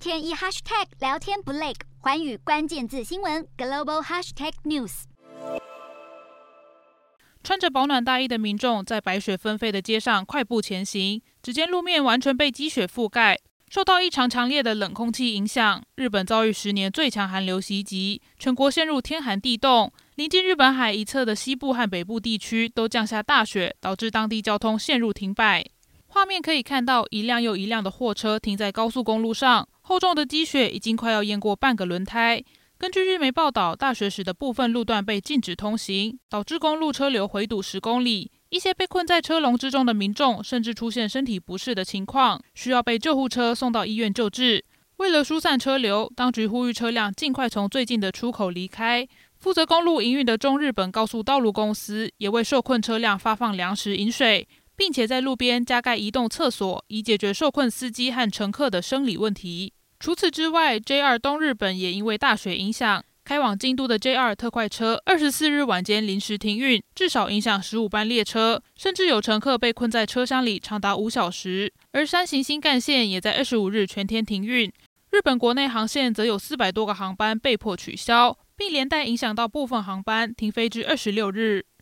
天一 hashtag 聊天不累，寰宇关键字新闻 global hashtag news。 穿着保暖大衣的民众在白雪纷飞的街上快步前行，只见路面完全被积雪覆盖。受到异常强烈的冷空气影响，日本遭遇10年最强寒流袭击，全国陷入天寒地冻。临近日本海一侧的西部和北部地区都降下大雪，导致当地交通陷入停摆。画面可以看到一辆又一辆的货车停在高速公路上，厚重的积雪已经快要淹过半个轮胎。根据日媒报道，大雪时的部分路段被禁止通行，导致公路车流回堵10公里。一些被困在车笼之中的民众甚至出现身体不适的情况，需要被救护车送到医院救治。为了疏散车流，当局呼吁车辆尽快从最近的出口离开。负责公路营运的中日本高速道路公司也为受困车辆发放粮食、饮水，并且在路边加盖移动厕所，以解决受困司机和乘客的生理问题。除此之外 ，JR 东日本也因为大雪影响，开往京都的 JR 特快车24日晚间临时停运，至少影响15班列车，甚至有乘客被困在车厢里长达5小时。而山形新干线也在25日全天停运。日本国内航线则有400多个航班被迫取消，并连带影响到部分航班停飞至26日。